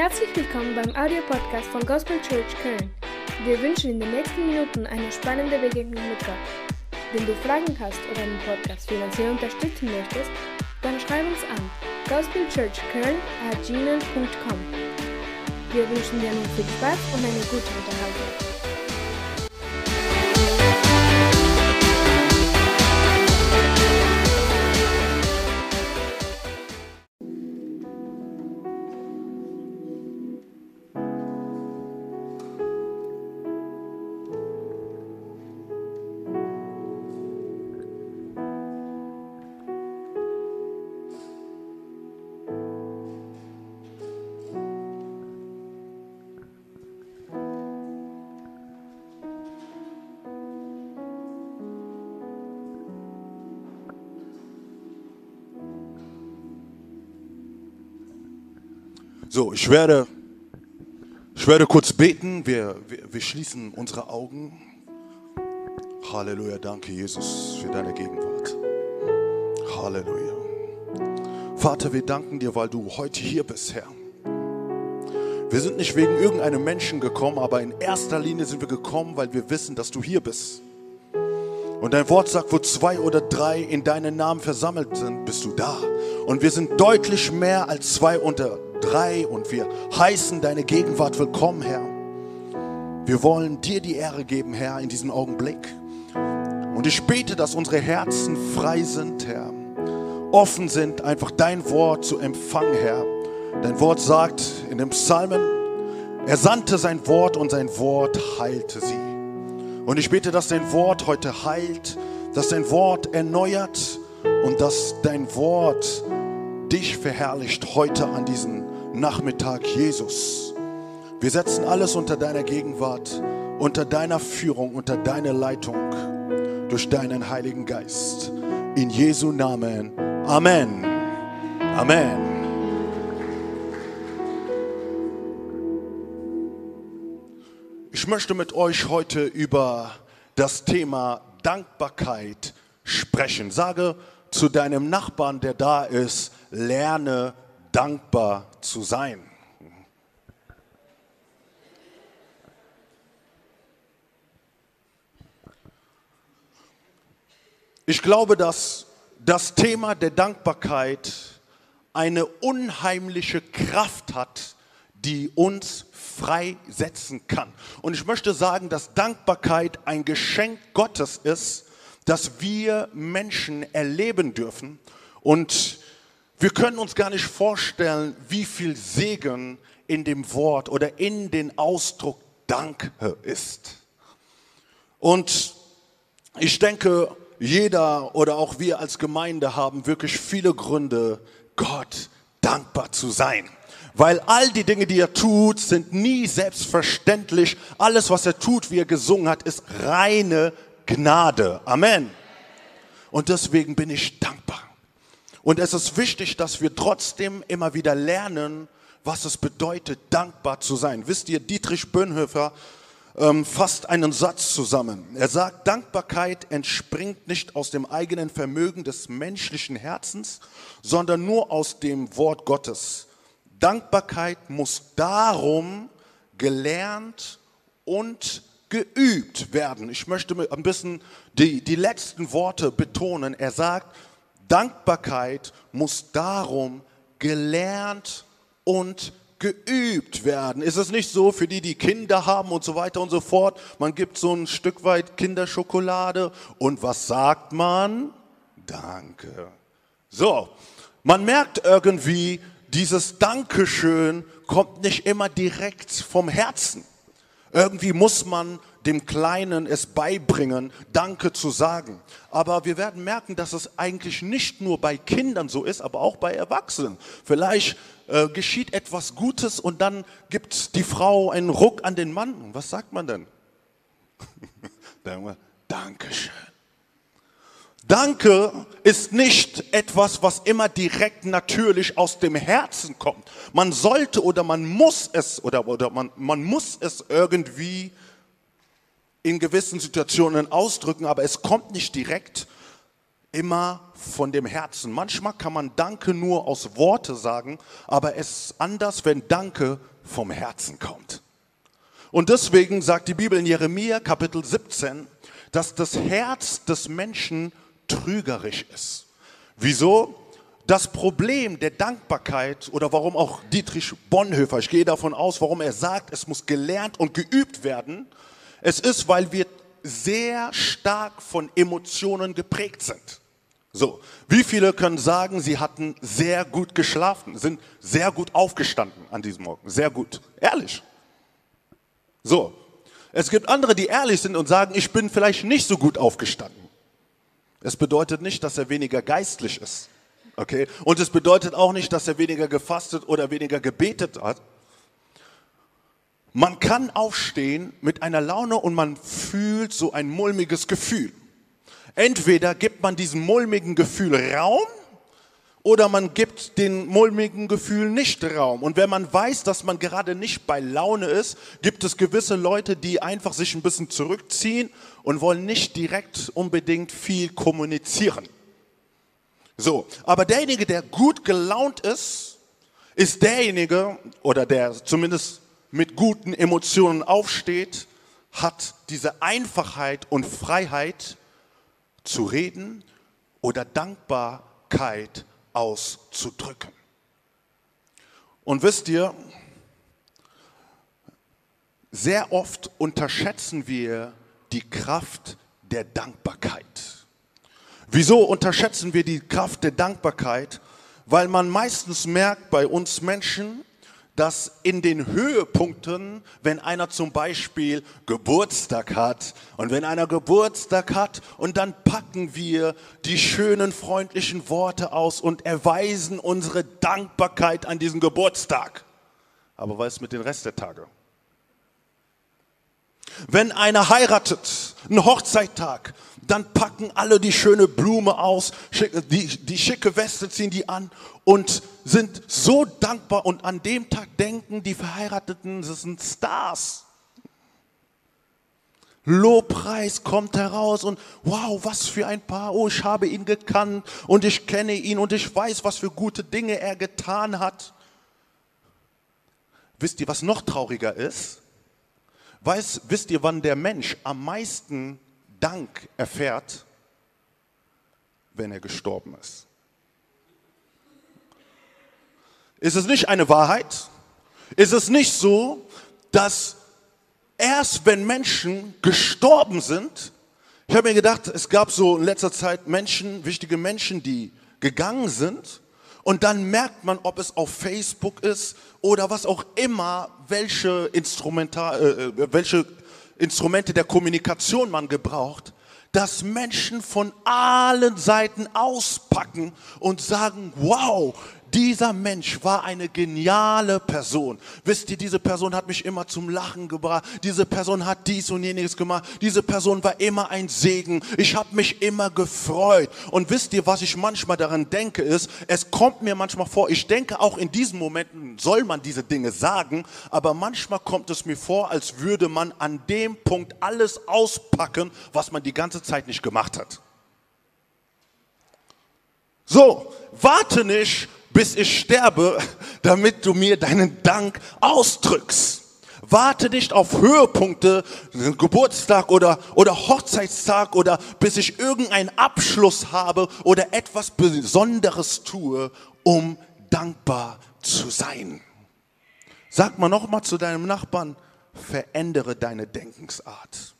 Herzlich willkommen beim Audiopodcast von Gospel Church Köln. Wir wünschen in den nächsten Minuten eine spannende Begegnung mit Gott. Wenn du Fragen hast oder den Podcast finanziell unterstützen möchtest, dann schreib uns an gospelchurchköln@gmail.com. Wir wünschen dir nun viel Spaß und eine gute Unterhaltung. So, ich werde kurz beten. Wir schließen unsere Augen. Halleluja, danke Jesus für deine Gegenwart. Halleluja. Vater, wir danken dir, weil du heute hier bist, Herr. Wir sind nicht wegen irgendeinem Menschen gekommen, aber in erster Linie sind wir gekommen, weil wir wissen, dass du hier bist. Und dein Wort sagt, wo 2 oder 3 in deinen Namen versammelt sind, bist du da. Und wir sind deutlich mehr als 2 oder 3 und wir heißen deine Gegenwart willkommen, Herr. Wir wollen dir die Ehre geben, Herr, in diesem Augenblick. Und ich bete, dass unsere Herzen frei sind, Herr. Offen sind, einfach dein Wort zu empfangen, Herr. Dein Wort sagt in dem Psalmen, er sandte sein Wort und sein Wort heilte sie. Und ich bete, dass dein Wort heute heilt, dass dein Wort erneuert und dass dein Wort dich verherrlicht heute an diesem Nachmittag, Jesus. Wir setzen alles unter deiner Gegenwart, unter deiner Führung, unter deiner Leitung, durch deinen Heiligen Geist. In Jesu Namen. Amen. Amen. Ich möchte mit euch heute über das Thema Dankbarkeit sprechen. Sage zu deinem Nachbarn, der da ist, lerne dankbar zu sein. Ich glaube, dass das Thema der Dankbarkeit eine unheimliche Kraft hat, die uns freisetzen kann. Und ich möchte sagen, dass Dankbarkeit ein Geschenk Gottes ist, das wir Menschen erleben dürfen. Und wir können uns gar nicht vorstellen, wie viel Segen in dem Wort oder in den Ausdruck Danke ist. Und ich denke, jeder oder auch wir als Gemeinde haben wirklich viele Gründe, Gott dankbar zu sein. Weil all die Dinge, die er tut, sind nie selbstverständlich. Alles, was er tut, wie er gesungen hat, ist reine Gnade. Amen. Und deswegen bin ich dankbar. Und es ist wichtig, dass wir trotzdem immer wieder lernen, was es bedeutet, dankbar zu sein. Wisst ihr, Dietrich Bonhoeffer fasst einen Satz zusammen. Er sagt, Dankbarkeit entspringt nicht aus dem eigenen Vermögen des menschlichen Herzens, sondern nur aus dem Wort Gottes. Dankbarkeit muss darum gelernt und geübt werden. Ich möchte ein bisschen die letzten Worte betonen. Er sagt, Dankbarkeit muss darum gelernt und geübt werden. Ist es nicht so für die Kinder haben und so weiter und so fort? Man gibt so ein Stück weit Kinderschokolade und was sagt man? Danke. So, man merkt irgendwie, dieses Dankeschön kommt nicht immer direkt vom Herzen. Irgendwie muss man dem Kleinen es beibringen, Danke zu sagen. Aber wir werden merken, dass es eigentlich nicht nur bei Kindern so ist, aber auch bei Erwachsenen. Vielleicht geschieht etwas Gutes und dann gibt die Frau einen Ruck an den Mann. Was sagt man denn? Dankeschön. Danke ist nicht etwas, was immer direkt natürlich aus dem Herzen kommt. Man sollte oder man muss es man muss es irgendwie in gewissen Situationen ausdrücken, aber es kommt nicht direkt. immer von dem Herzen. Manchmal kann man Danke nur aus Worte sagen, aber es ist anders, wenn Danke vom Herzen kommt. Und deswegen sagt die Bibel in Jeremia Kapitel 17, dass das Herz des Menschen trügerisch ist. Wieso? Das Problem der Dankbarkeit oder warum auch Dietrich Bonhoeffer, ich gehe davon aus, warum er sagt, es muss gelernt und geübt werden, es ist, weil wir sehr stark von Emotionen geprägt sind. So, wie viele können sagen, sie hatten sehr gut geschlafen, sind sehr gut aufgestanden an diesem Morgen, sehr gut, ehrlich. So, es gibt andere, die ehrlich sind und sagen, ich bin vielleicht nicht so gut aufgestanden. Es bedeutet nicht, dass er weniger geistlich ist, okay? Und es bedeutet auch nicht, dass er weniger gefastet oder weniger gebetet hat. Man kann aufstehen mit einer Laune und man fühlt so ein mulmiges Gefühl. Entweder gibt man diesem mulmigen Gefühl Raum oder man gibt dem mulmigen Gefühl nicht Raum. Und wenn man weiß, dass man gerade nicht bei Laune ist, gibt es gewisse Leute, die einfach sich ein bisschen zurückziehen und wollen nicht direkt unbedingt viel kommunizieren. So, aber derjenige, der gut gelaunt ist, ist derjenige, oder der zumindest mit guten Emotionen aufsteht, hat diese Einfachheit und Freiheit zu reden oder Dankbarkeit auszudrücken. Und wisst ihr, sehr oft unterschätzen wir die Kraft der Dankbarkeit. Wieso unterschätzen wir die Kraft der Dankbarkeit? Weil man meistens merkt bei uns Menschen, dass in den Höhepunkten, wenn einer zum Beispiel Geburtstag hat und wenn einer Geburtstag hat und dann packen wir die schönen, freundlichen Worte aus und erweisen unsere Dankbarkeit an diesem Geburtstag. Aber was ist mit dem Rest der Tage? Wenn einer heiratet, ein Hochzeittag, dann packen alle die schöne Blume aus, die schicke Weste ziehen die an und sind so dankbar. Und an dem Tag denken die Verheirateten, sie sind Stars. Lobpreis kommt heraus und wow, was für ein Paar, oh, ich habe ihn gekannt und ich kenne ihn und ich weiß, was für gute Dinge er getan hat. Wisst ihr, was noch trauriger ist? Wisst ihr, wann der Mensch am meisten Dank erfährt? Wenn er gestorben ist. Ist es nicht eine Wahrheit? Ist es nicht so, dass erst wenn Menschen gestorben sind, ich habe mir gedacht, es gab so in letzter Zeit Menschen, wichtige Menschen, die gegangen sind und dann merkt man, ob es auf Facebook ist oder was auch immer, welche Instrumente der Kommunikation man gebraucht, dass Menschen von allen Seiten auspacken und sagen, wow, dieser Mensch war eine geniale Person. Wisst ihr, diese Person hat mich immer zum Lachen gebracht. Diese Person hat dies und jenes gemacht. Diese Person war immer ein Segen. Ich habe mich immer gefreut. Und wisst ihr, was ich manchmal daran denke, ist, es kommt mir manchmal vor, ich denke auch in diesen Momenten soll man diese Dinge sagen, aber manchmal kommt es mir vor, als würde man an dem Punkt alles auspacken, was man die ganze Zeit nicht gemacht hat. So, warte nicht, bis ich sterbe, damit du mir deinen Dank ausdrückst. Warte nicht auf Höhepunkte, Geburtstag oder Hochzeitstag oder bis ich irgendeinen Abschluss habe oder etwas Besonderes tue, um dankbar zu sein. Sag mal nochmal zu deinem Nachbarn, verändere deine Denkensart.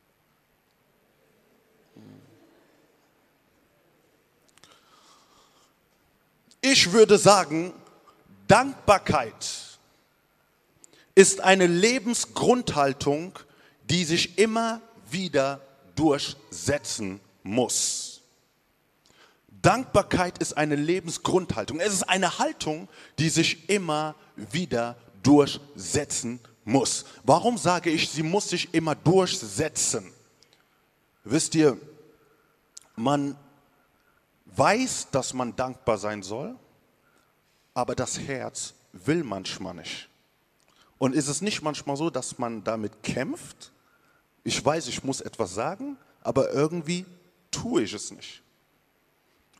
Ich würde sagen, Dankbarkeit ist eine Lebensgrundhaltung, die sich immer wieder durchsetzen muss. Dankbarkeit ist eine Lebensgrundhaltung. Es ist eine Haltung, die sich immer wieder durchsetzen muss. Warum sage ich, sie muss sich immer durchsetzen? Wisst ihr, man weiß, dass man dankbar sein soll, aber das Herz will manchmal nicht. Und ist es nicht manchmal so, dass man damit kämpft? Ich weiß, ich muss etwas sagen, aber irgendwie tue ich es nicht.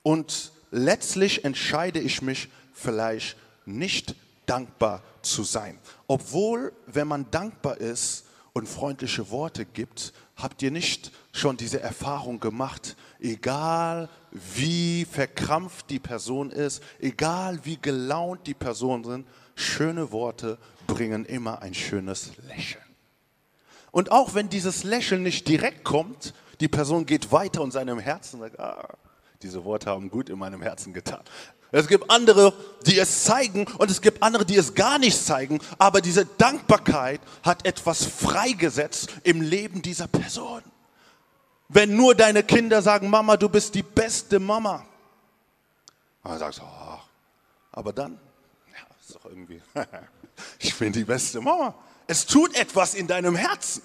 und letztlich entscheide ich mich vielleicht nicht dankbar zu sein. Obwohl, wenn man dankbar ist und freundliche Worte gibt, habt ihr nicht schon diese Erfahrung gemacht, egal wie verkrampft die Person ist, egal wie gelaunt die Person sind, schöne Worte bringen immer ein schönes Lächeln. Und auch wenn dieses Lächeln nicht direkt kommt, die Person geht weiter und seinem Herzen sagt, diese Worte haben gut in meinem Herzen getan. Es gibt andere, die es zeigen und es gibt andere, die es gar nicht zeigen, aber diese Dankbarkeit hat etwas freigesetzt im Leben dieser Person. Wenn nur deine Kinder sagen, Mama, du bist die beste Mama. Und dann sagst du, aber dann, ja, ist doch irgendwie, ich bin die beste Mama. Es tut etwas in deinem Herzen.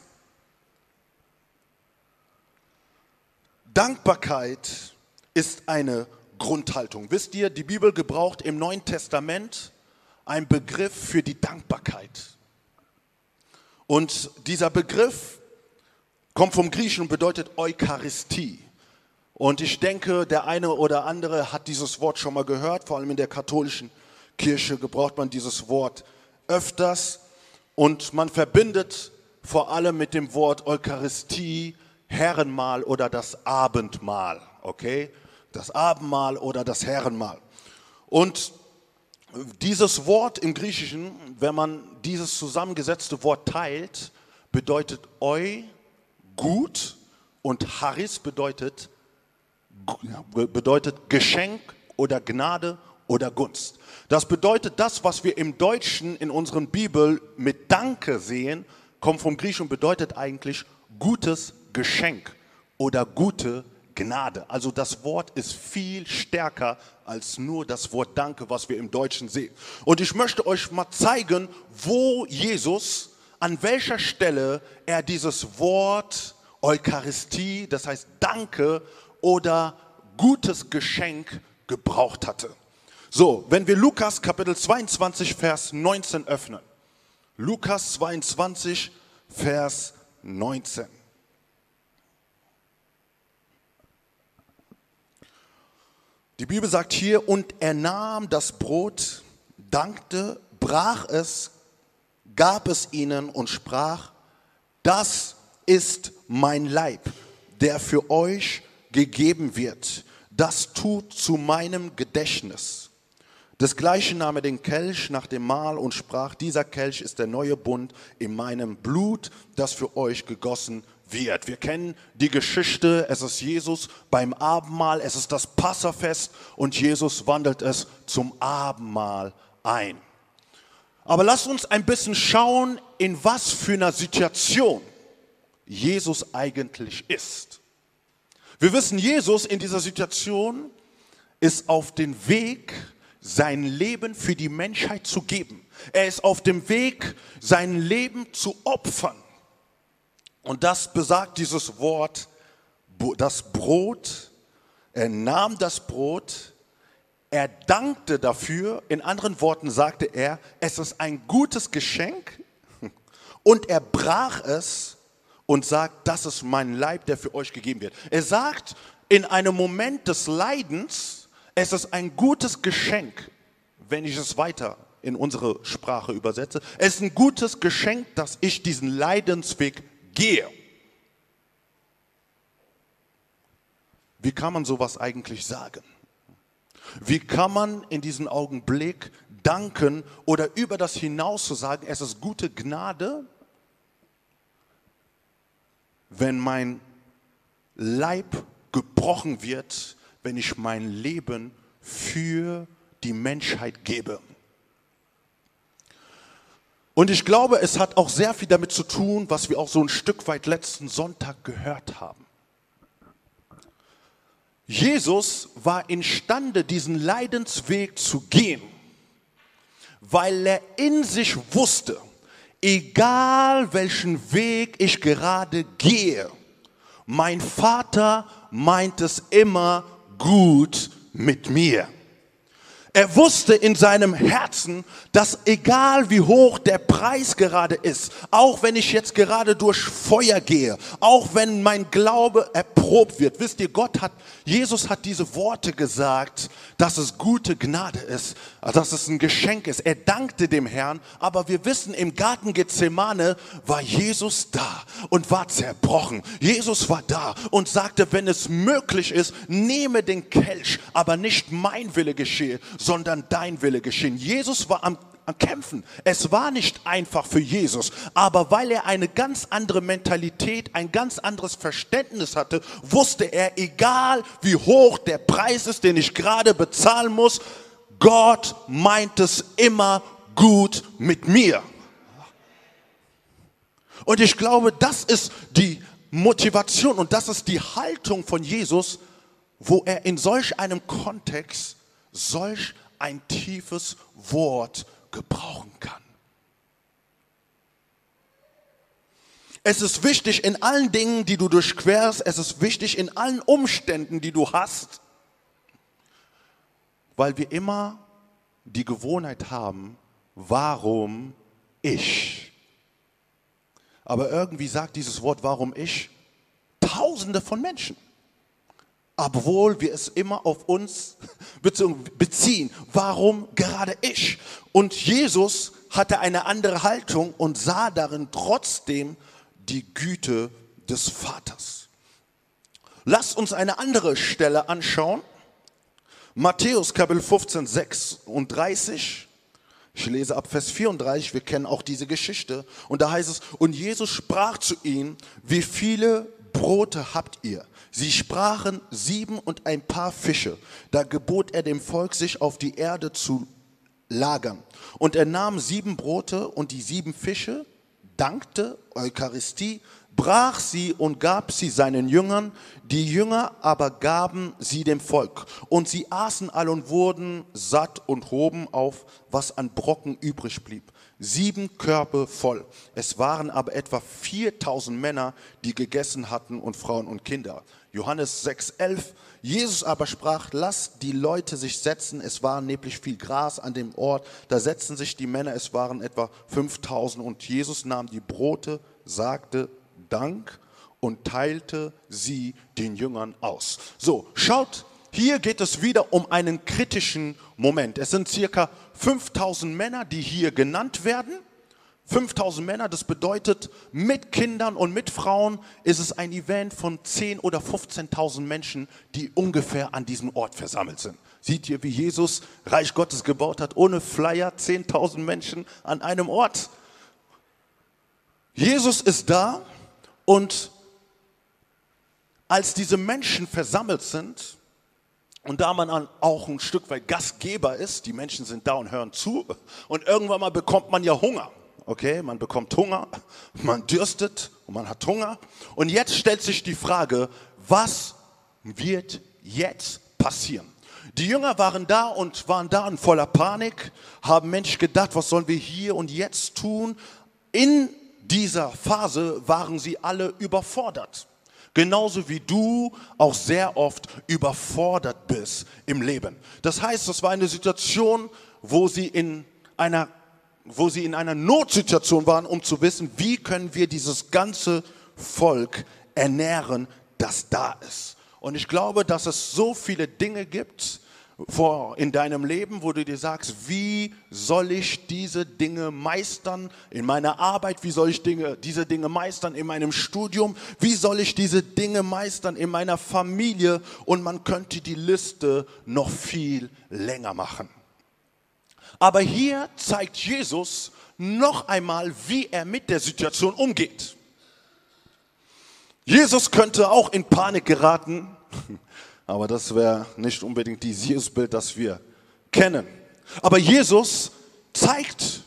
Dankbarkeit ist eine Grundhaltung. Wisst ihr, die Bibel gebraucht im Neuen Testament einen Begriff für die Dankbarkeit. Und dieser Begriff kommt vom Griechischen und bedeutet Eucharistie. Und ich denke, der eine oder andere hat dieses Wort schon mal gehört, vor allem in der katholischen Kirche gebraucht man dieses Wort öfters. Und man verbindet vor allem mit dem Wort Eucharistie Herrenmahl oder das Abendmahl, okay? Das Abendmahl oder das Herrenmahl. Und dieses Wort im Griechischen, wenn man dieses zusammengesetzte Wort teilt, bedeutet Eu, gut, und Charis bedeutet Geschenk oder Gnade oder Gunst. Das bedeutet, das, was wir im Deutschen in unseren Bibel mit Danke sehen, kommt vom Griechischen und bedeutet eigentlich gutes Geschenk oder gute Gnade. Also das Wort ist viel stärker als nur das Wort Danke, was wir im Deutschen sehen. Und ich möchte euch mal zeigen, wo Jesus, an welcher Stelle er dieses Wort Eucharistie, das heißt Danke oder gutes Geschenk gebraucht hatte. So, wenn wir Lukas Kapitel 22, Vers 19 öffnen. Lukas 22, Vers 19. Die Bibel sagt hier, und er nahm das Brot, dankte, brach es, gab es ihnen und sprach, das ist mein Leib, der für euch gegeben wird. Das tut zu meinem Gedächtnis. Desgleichen nahm er den Kelch nach dem Mahl und sprach, dieser Kelch ist der neue Bund in meinem Blut, das für euch gegossen wird. Wir kennen die Geschichte, es ist Jesus beim Abendmahl, es ist das Passafest und Jesus wandelt es zum Abendmahl ein. Aber lasst uns ein bisschen schauen, in was für einer Situation Jesus eigentlich ist. Wir wissen, Jesus in dieser Situation ist auf dem Weg, sein Leben für die Menschheit zu geben. Er ist auf dem Weg, sein Leben zu opfern. Und das besagt dieses Wort, das Brot. Er nahm das Brot, er dankte dafür. In anderen Worten sagte er, es ist ein gutes Geschenk. Und er brach es und sagt, das ist mein Leib, der für euch gegeben wird. Er sagt in einem Moment des Leidens, es ist ein gutes Geschenk, wenn ich es weiter in unsere Sprache übersetze. Es ist ein gutes Geschenk, dass ich diesen Leidensweg gehe. Wie kann man sowas eigentlich sagen? Wie kann man in diesem Augenblick danken oder über das hinaus zu sagen, es ist gute Gnade, wenn mein Leib gebrochen wird, wenn ich mein Leben für die Menschheit gebe. Und ich glaube, es hat auch sehr viel damit zu tun, was wir auch so ein Stück weit letzten Sonntag gehört haben. Jesus war imstande, diesen Leidensweg zu gehen, weil er in sich wusste, egal welchen Weg ich gerade gehe, mein Vater meint es immer gut mit mir. Er wusste in seinem Herzen, dass egal wie hoch der Preis gerade ist, auch wenn ich jetzt gerade durch Feuer gehe, auch wenn mein Glaube erprobt wird, wisst ihr, Jesus hat diese Worte gesagt, dass es gute Gnade ist, dass es ein Geschenk ist. Er dankte dem Herrn, aber wir wissen, im Garten Gethsemane war Jesus da und war zerbrochen. Jesus war da und sagte, wenn es möglich ist, nehme den Kelch, aber nicht mein Wille geschehe, sondern dein Wille geschehen. Jesus war am Kämpfen. Es war nicht einfach für Jesus, aber weil er eine ganz andere Mentalität, ein ganz anderes Verständnis hatte, wusste er, egal wie hoch der Preis ist, den ich gerade bezahlen muss, Gott meint es immer gut mit mir. Und ich glaube, das ist die Motivation und das ist die Haltung von Jesus, wo er in solch einem Kontext solch ein tiefes Wort gebrauchen kann. Es ist wichtig in allen Dingen, die du durchquerst, es ist wichtig in allen Umständen, die du hast, weil wir immer die Gewohnheit haben, warum ich? Aber irgendwie sagt dieses Wort, warum ich, Tausende von Menschen. Obwohl wir es immer auf uns beziehen. Warum gerade ich? Und Jesus hatte eine andere Haltung und sah darin trotzdem die Güte des Vaters. Lasst uns eine andere Stelle anschauen. Matthäus Kapitel 15, 36. Ich lese ab Vers 34, wir kennen auch diese Geschichte. Und da heißt es, und Jesus sprach zu ihnen, wie viele Brote habt ihr? Sie sprachen 7 und ein paar Fische. Da gebot er dem Volk, sich auf die Erde zu lagern. Und er nahm 7 Brote und die 7 Fische, dankte, Eucharistie, brach sie und gab sie seinen Jüngern. Die Jünger aber gaben sie dem Volk. Und sie aßen alle und wurden satt und hoben auf, was an Brocken übrig blieb. 7 Körbe voll. Es waren aber etwa 4000 Männer, die gegessen hatten und Frauen und Kinder. Johannes 6,11. Jesus aber sprach, lasst die Leute sich setzen. Es war nämlich viel Gras an dem Ort. Da setzten sich die Männer, es waren etwa 5000. Und Jesus nahm die Brote, sagte Dank und teilte sie den Jüngern aus. So, schaut, hier geht es wieder um einen kritischen Moment. Es sind circa 5000 Männer, die hier genannt werden. 5000 Männer, das bedeutet, mit Kindern und mit Frauen ist es ein Event von 10.000 oder 15.000 Menschen, die ungefähr an diesem Ort versammelt sind. Seht ihr, wie Jesus Reich Gottes gebaut hat, ohne Flyer, 10.000 Menschen an einem Ort. Jesus ist da und als diese Menschen versammelt sind, und da man auch ein Stück weit Gastgeber ist, die Menschen sind da und hören zu und irgendwann mal bekommt man ja Hunger. Okay, man bekommt Hunger, man dürstet und man hat Hunger. Und jetzt stellt sich die Frage, was wird jetzt passieren? Die Jünger waren da und in voller Panik, haben Mensch gedacht, was sollen wir hier und jetzt tun? In dieser Phase waren sie alle überfordert. Genauso wie du auch sehr oft überfordert bist im Leben. Das heißt, das war eine Situation, wo sie in einer Notsituation waren, um zu wissen, wie können wir dieses ganze Volk ernähren, das da ist. Und ich glaube, dass es so viele Dinge gibt in deinem Leben, wo du dir sagst, wie soll ich diese Dinge meistern in meiner Arbeit, wie soll ich diese Dinge meistern in meinem Studium, wie soll ich diese Dinge meistern in meiner Familie, und man könnte die Liste noch viel länger machen. Aber hier zeigt Jesus noch einmal, wie er mit der Situation umgeht. Jesus könnte auch in Panik geraten, aber das wäre nicht unbedingt dieses Jesus-Bild, das wir kennen. Aber Jesus zeigt,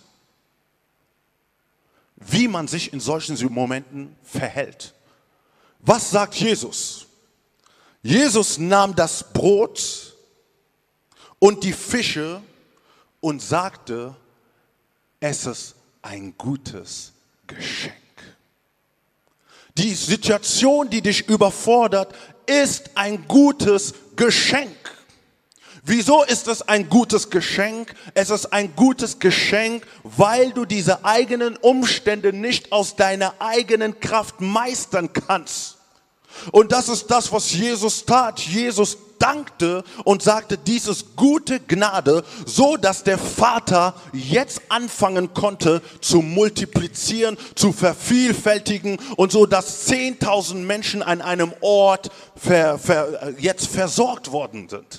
wie man sich in solchen Momenten verhält. Was sagt Jesus? Jesus nahm das Brot und die Fische und sagte, es ist ein gutes Geschenk. Die Situation, die dich überfordert, ist ein gutes Geschenk. Wieso ist es ein gutes Geschenk? Es ist ein gutes Geschenk, weil du diese eigenen Umstände nicht aus deiner eigenen Kraft meistern kannst. Und das ist das, was Jesus tat. Jesus dankte und sagte, dies ist gute Gnade, so dass der Vater jetzt anfangen konnte zu multiplizieren, zu vervielfältigen und so, dass 10.000 Menschen an einem Ort jetzt versorgt worden sind.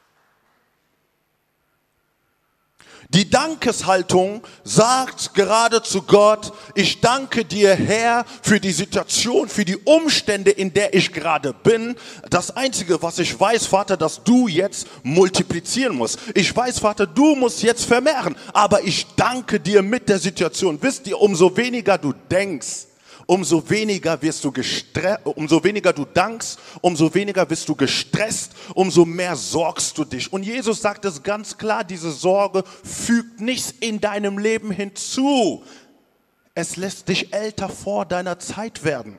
Die Dankeshaltung sagt gerade zu Gott, ich danke dir, Herr, für die Situation, für die Umstände, in der ich gerade bin. Das Einzige, was ich weiß, Vater, dass du jetzt multiplizieren musst. Ich weiß, Vater, du musst jetzt vermehren, aber ich danke dir mit der Situation. Wisst ihr, umso weniger du denkst, umso weniger du dankst, umso weniger wirst du gestresst, umso mehr sorgst du dich. Und Jesus sagt es ganz klar, diese Sorge fügt nichts in deinem Leben hinzu. Es lässt dich älter vor deiner Zeit werden.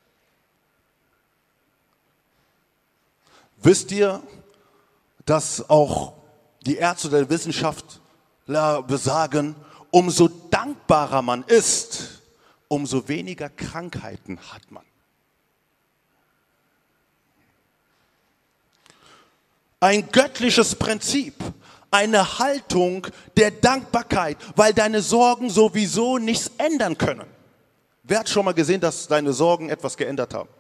Wisst ihr, dass auch die Ärzte der Wissenschaftler besagen, umso dankbarer man ist, umso weniger Krankheiten hat man. Ein göttliches Prinzip, eine Haltung der Dankbarkeit, weil deine Sorgen sowieso nichts ändern können. Wer hat schon mal gesehen, dass deine Sorgen etwas geändert haben?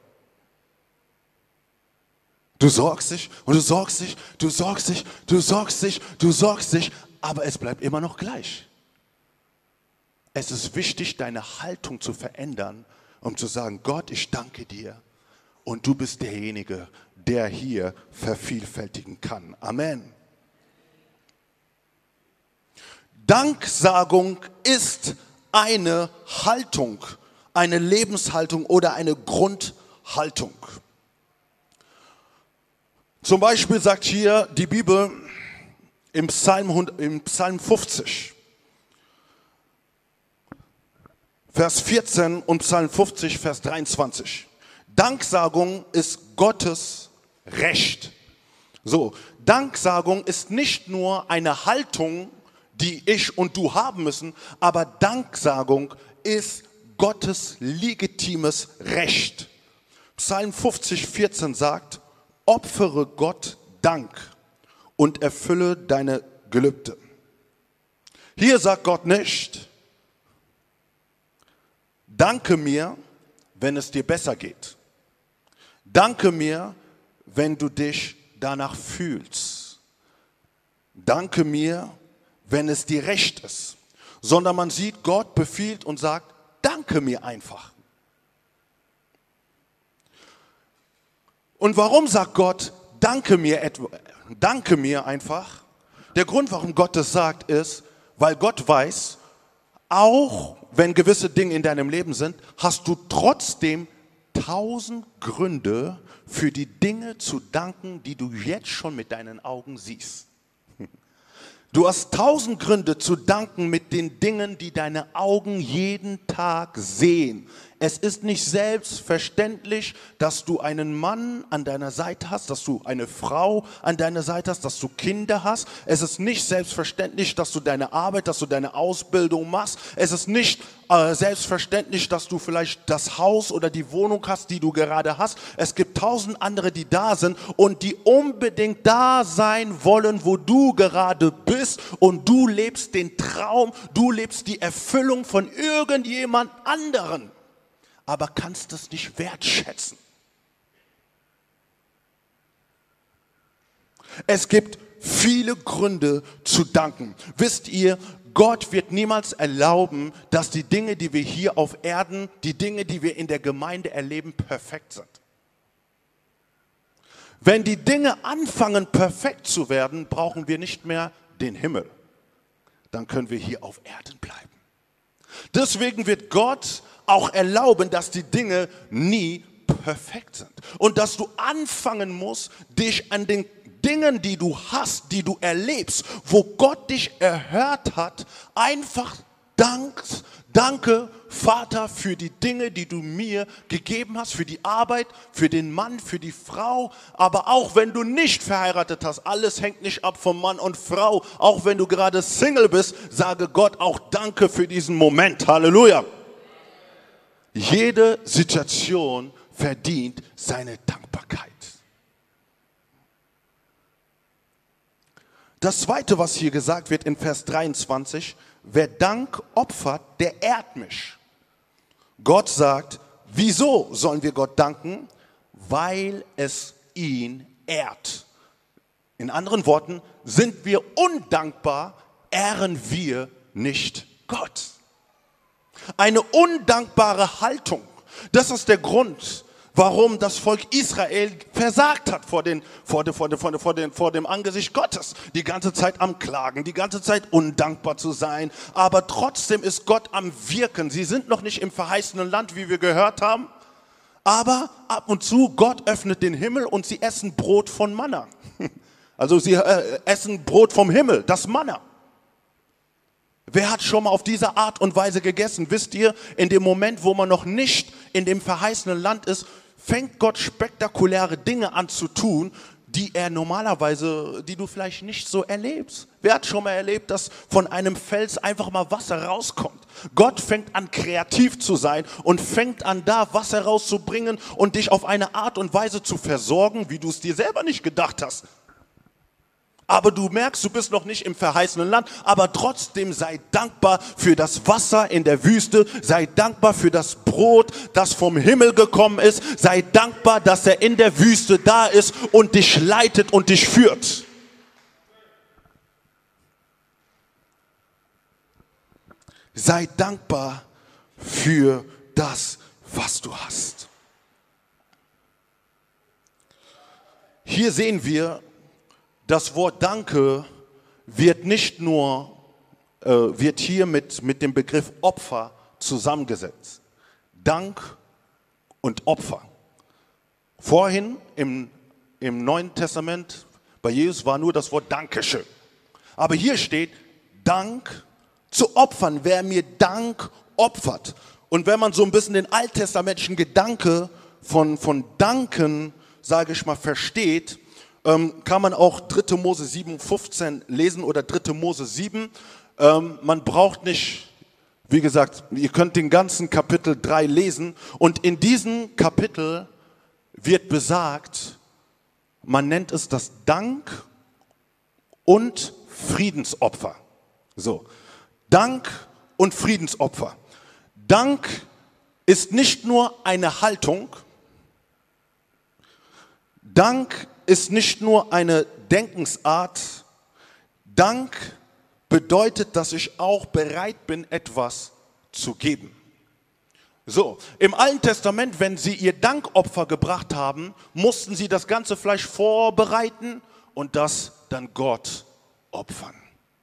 Du sorgst dich und du sorgst dich, du sorgst dich, du sorgst dich, du sorgst dich, aber es bleibt immer noch gleich. Es ist wichtig, deine Haltung zu verändern, um zu sagen, Gott, ich danke dir und du bist derjenige, der hier vervielfältigen kann. Amen. Danksagung ist eine Haltung, eine Lebenshaltung oder eine Grundhaltung. Zum Beispiel sagt hier die Bibel im Psalm 50, Vers 14 und Psalm 50, Vers 23. Danksagung ist Gottes Recht. So, Danksagung ist nicht nur eine Haltung, die ich und du haben müssen, aber Danksagung ist Gottes legitimes Recht. Psalm 50, 14 sagt, opfere Gott Dank und erfülle deine Gelübde. Hier sagt Gott nicht, danke mir, wenn es dir besser geht. Danke mir, wenn du dich danach fühlst. Danke mir, wenn es dir recht ist. Sondern man sieht, Gott befiehlt und sagt, danke mir einfach. Und warum sagt Gott, danke mir einfach? Der Grund, warum Gott das sagt, ist, weil Gott weiß, auch wenn gewisse Dinge in deinem Leben sind, hast du trotzdem 1000 Gründe für die Dinge zu danken, die du jetzt schon mit deinen Augen siehst. Du hast 1000 Gründe zu danken mit den Dingen, die deine Augen jeden Tag sehen. Es ist nicht selbstverständlich, dass du einen Mann an deiner Seite hast, dass du eine Frau an deiner Seite hast, dass du Kinder hast. Es ist nicht selbstverständlich, dass du deine Arbeit, dass du deine Ausbildung machst. Es ist nicht selbstverständlich, dass du vielleicht das Haus oder die Wohnung hast, die du gerade hast. Es gibt 1000 andere, die da sind und die unbedingt da sein wollen, wo du gerade bist. Und du lebst den Traum, du lebst die Erfüllung von irgendjemand anderen, aber kannst es nicht wertschätzen. Es gibt viele Gründe zu danken. Wisst ihr, Gott wird niemals erlauben, dass die Dinge, die wir hier auf Erden, die Dinge, die wir in der Gemeinde erleben, perfekt sind. Wenn die Dinge anfangen, perfekt zu werden, brauchen wir nicht mehr den Himmel. Dann können wir hier auf Erden bleiben. Deswegen wird Gott auch erlauben, dass die Dinge nie perfekt sind. Und dass du anfangen musst, dich an den Dingen, die du hast, die du erlebst, wo Gott dich erhört hat, einfach danke Vater, für die Dinge, die du mir gegeben hast, für die Arbeit, für den Mann, für die Frau. Aber auch wenn du nicht verheiratet hast, alles hängt nicht ab vom Mann und Frau. Auch wenn du gerade Single bist, sage Gott auch Danke für diesen Moment. Halleluja. Jede Situation verdient seine Dankbarkeit. Das Zweite, was hier gesagt wird in Vers 23, wer Dank opfert, der ehrt mich. Gott sagt, wieso sollen wir Gott danken? Weil es ihn ehrt. In anderen Worten, sind wir undankbar, ehren wir nicht Gott. Eine undankbare Haltung, das ist der Grund, warum das Volk Israel versagt hat vor dem Angesicht Gottes. Die ganze Zeit am Klagen, die ganze Zeit undankbar zu sein. Aber trotzdem ist Gott am Wirken. Sie sind noch nicht im verheißenen Land, wie wir gehört haben. Aber ab und zu, Gott öffnet den Himmel und sie essen Brot von Manna. Also sie essen Brot vom Himmel, das Manna. Wer hat schon mal auf diese Art und Weise gegessen? Wisst ihr, in dem Moment, wo man noch nicht in dem verheißenen Land ist, fängt Gott spektakuläre Dinge an zu tun, die du vielleicht nicht so erlebst. Wer hat schon mal erlebt, dass von einem Fels einfach mal Wasser rauskommt? Gott fängt an, kreativ zu sein und fängt an, da Wasser rauszubringen und dich auf eine Art und Weise zu versorgen, wie du es dir selber nicht gedacht hast. Aber du merkst, du bist noch nicht im verheißenen Land, aber trotzdem sei dankbar für das Wasser in der Wüste, sei dankbar für das Brot, das vom Himmel gekommen ist, sei dankbar, dass er in der Wüste da ist und dich leitet und dich führt. Sei dankbar für das, was du hast. Hier sehen wir, das Wort Danke wird hier mit dem Begriff Opfer zusammengesetzt. Dank und Opfer. Vorhin im Neuen Testament bei Jesus war nur das Wort Dankeschön. Aber hier steht Dank zu opfern, wer mir Dank opfert. Und wenn man so ein bisschen den alttestamentlichen Gedanke von Danken, sage ich mal, versteht, kann man auch 3. Mose 7,15 lesen oder 3. Mose 7. Man braucht nicht, wie gesagt, ihr könnt den ganzen Kapitel 3 lesen. Und in diesem Kapitel wird besagt, man nennt es das Dank und Friedensopfer. So, Dank und Friedensopfer. Dank ist nicht nur eine Haltung, Dank ist nicht nur eine Denkensart. Dank bedeutet, dass ich auch bereit bin, etwas zu geben. So, im Alten Testament, wenn sie ihr Dankopfer gebracht haben, mussten sie das ganze Fleisch vorbereiten und das dann Gott opfern.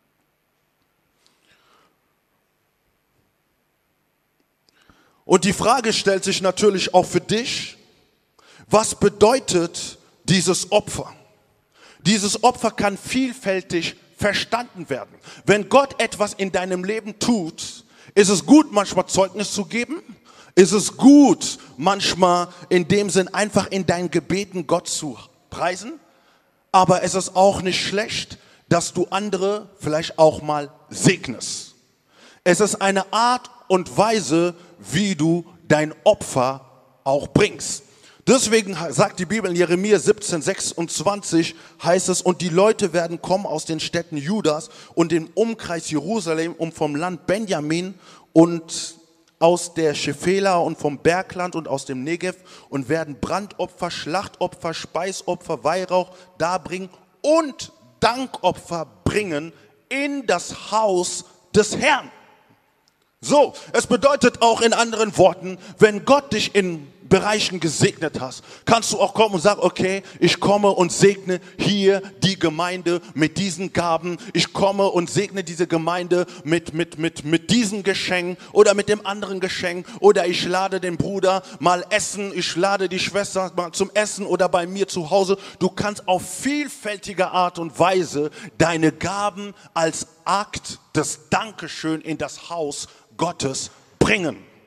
Und die Frage stellt sich natürlich auch für dich, was bedeutet dieses Opfer? Dieses Opfer kann vielfältig verstanden werden. Wenn Gott etwas in deinem Leben tut, ist es gut, manchmal Zeugnis zu geben. Ist es gut, manchmal in dem Sinn einfach in deinen Gebeten Gott zu preisen. Aber es ist auch nicht schlecht, dass du andere vielleicht auch mal segnest. Es ist eine Art und Weise, wie du dein Opfer auch bringst. Deswegen sagt die Bibel in Jeremia 17,26 heißt es, und die Leute werden kommen aus den Städten Judas und dem Umkreis Jerusalem und vom Land Benjamin und aus der Schefela und vom Bergland und aus dem Negev und werden Brandopfer, Schlachtopfer, Speisopfer, Weihrauch darbringen und Dankopfer bringen in das Haus des Herrn. So, es bedeutet auch in anderen Worten, wenn Gott dich in Bereichen gesegnet hast, kannst du auch kommen und sagen, okay, ich komme und segne hier die Gemeinde mit diesen Gaben. Ich komme und segne diese Gemeinde mit diesem Geschenk oder mit dem anderen Geschenk. Oder ich lade den Bruder mal essen, ich lade die Schwester mal zum Essen oder bei mir zu Hause. Du kannst auf vielfältige Art und Weise deine Gaben als Akt des Dankeschön in das Haus Gottes bringen.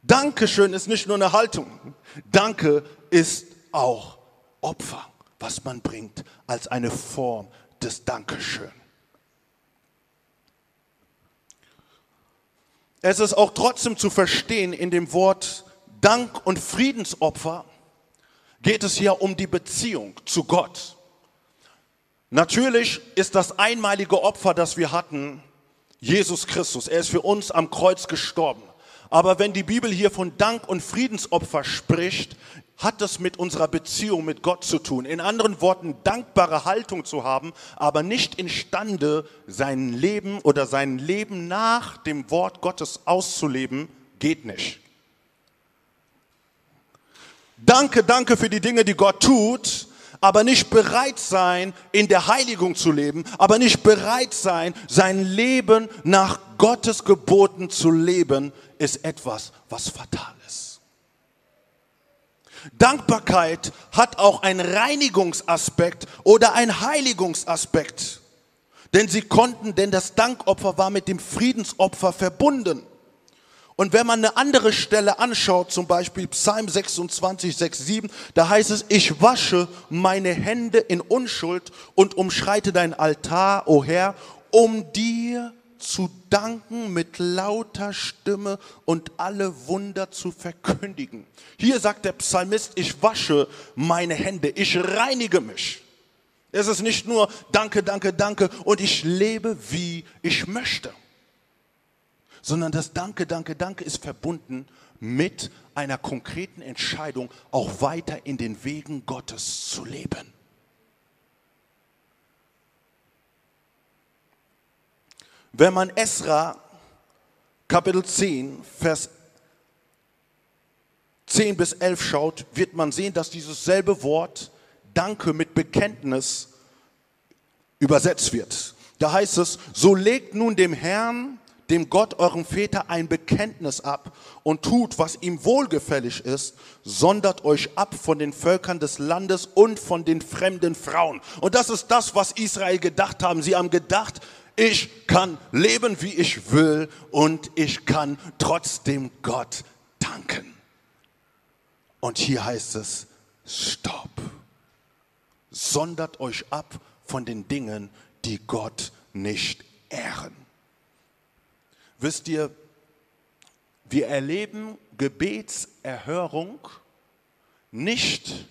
Dankeschön ist nicht nur eine Haltung. Danke ist auch Opfer, was man bringt als eine Form des Dankeschön. Es ist auch trotzdem zu verstehen, in dem Wort Dank und Friedensopfer geht es hier um die Beziehung zu Gott. Natürlich ist das einmalige Opfer, das wir hatten, Jesus Christus. Er ist für uns am Kreuz gestorben. Aber wenn die Bibel hier von Dank- und Friedensopfer spricht, hat das mit unserer Beziehung mit Gott zu tun. In anderen Worten, dankbare Haltung zu haben, aber nicht imstande, sein Leben oder sein Leben nach dem Wort Gottes auszuleben, geht nicht. Danke für die Dinge, die Gott tut, aber nicht bereit sein, in der Heiligung zu leben, aber nicht bereit sein, sein Leben nach Gottes Geboten zu leben, ist etwas, was fatal ist. Dankbarkeit hat auch einen Reinigungsaspekt oder einen Heiligungsaspekt. Denn das Dankopfer war mit dem Friedensopfer verbunden. Und wenn man eine andere Stelle anschaut, zum Beispiel Psalm 26, 6, 7, da heißt es, ich wasche meine Hände in Unschuld und umschreite dein Altar, o Herr, um dir zu danken mit lauter Stimme und alle Wunder zu verkündigen. Hier sagt der Psalmist, ich wasche meine Hände, ich reinige mich. Es ist nicht nur danke und ich lebe, wie ich möchte. Sondern das Danke ist verbunden mit einer konkreten Entscheidung, auch weiter in den Wegen Gottes zu leben. Wenn man Esra Kapitel 10, Vers 10 bis 11 schaut, wird man sehen, dass dieses selbe Wort Danke mit Bekenntnis übersetzt wird. Da heißt es, so legt nun dem Herrn, dem Gott eurem Väter ein Bekenntnis ab und tut, was ihm wohlgefällig ist, sondert euch ab von den Völkern des Landes und von den fremden Frauen. Und das ist das, was Israel gedacht haben. Sie haben gedacht, ich kann leben, wie ich will und ich kann trotzdem Gott danken. Und hier heißt es, stopp. Sondert euch ab von den Dingen, die Gott nicht ehren. Wisst ihr, wir erleben Gebetserhörung nicht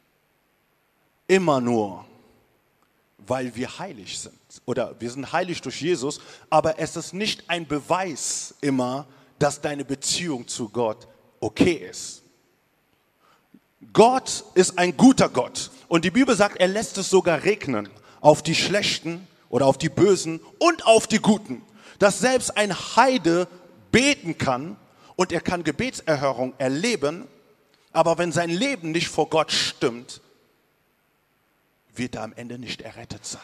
immer nur, weil wir heilig sind. Oder wir sind heilig durch Jesus, aber es ist nicht ein Beweis immer, dass deine Beziehung zu Gott okay ist. Gott ist ein guter Gott. Und die Bibel sagt, er lässt es sogar regnen auf die Schlechten oder auf die Bösen und auf die Guten. Dass selbst ein Heide beten kann und er kann Gebetserhörung erleben, aber wenn sein Leben nicht vor Gott stimmt, wird er am Ende nicht errettet sein.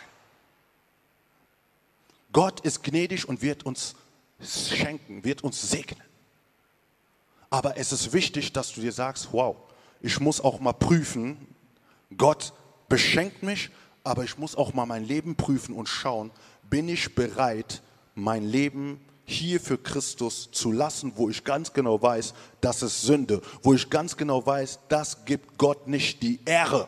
Gott ist gnädig und wird uns schenken, wird uns segnen. Aber es ist wichtig, dass du dir sagst, wow, ich muss auch mal prüfen, Gott beschenkt mich, aber ich muss auch mal mein Leben prüfen und schauen, bin ich bereit, mein Leben hier für Christus zu lassen, wo ich ganz genau weiß, das ist Sünde, wo ich ganz genau weiß, das gibt Gott nicht die Ehre.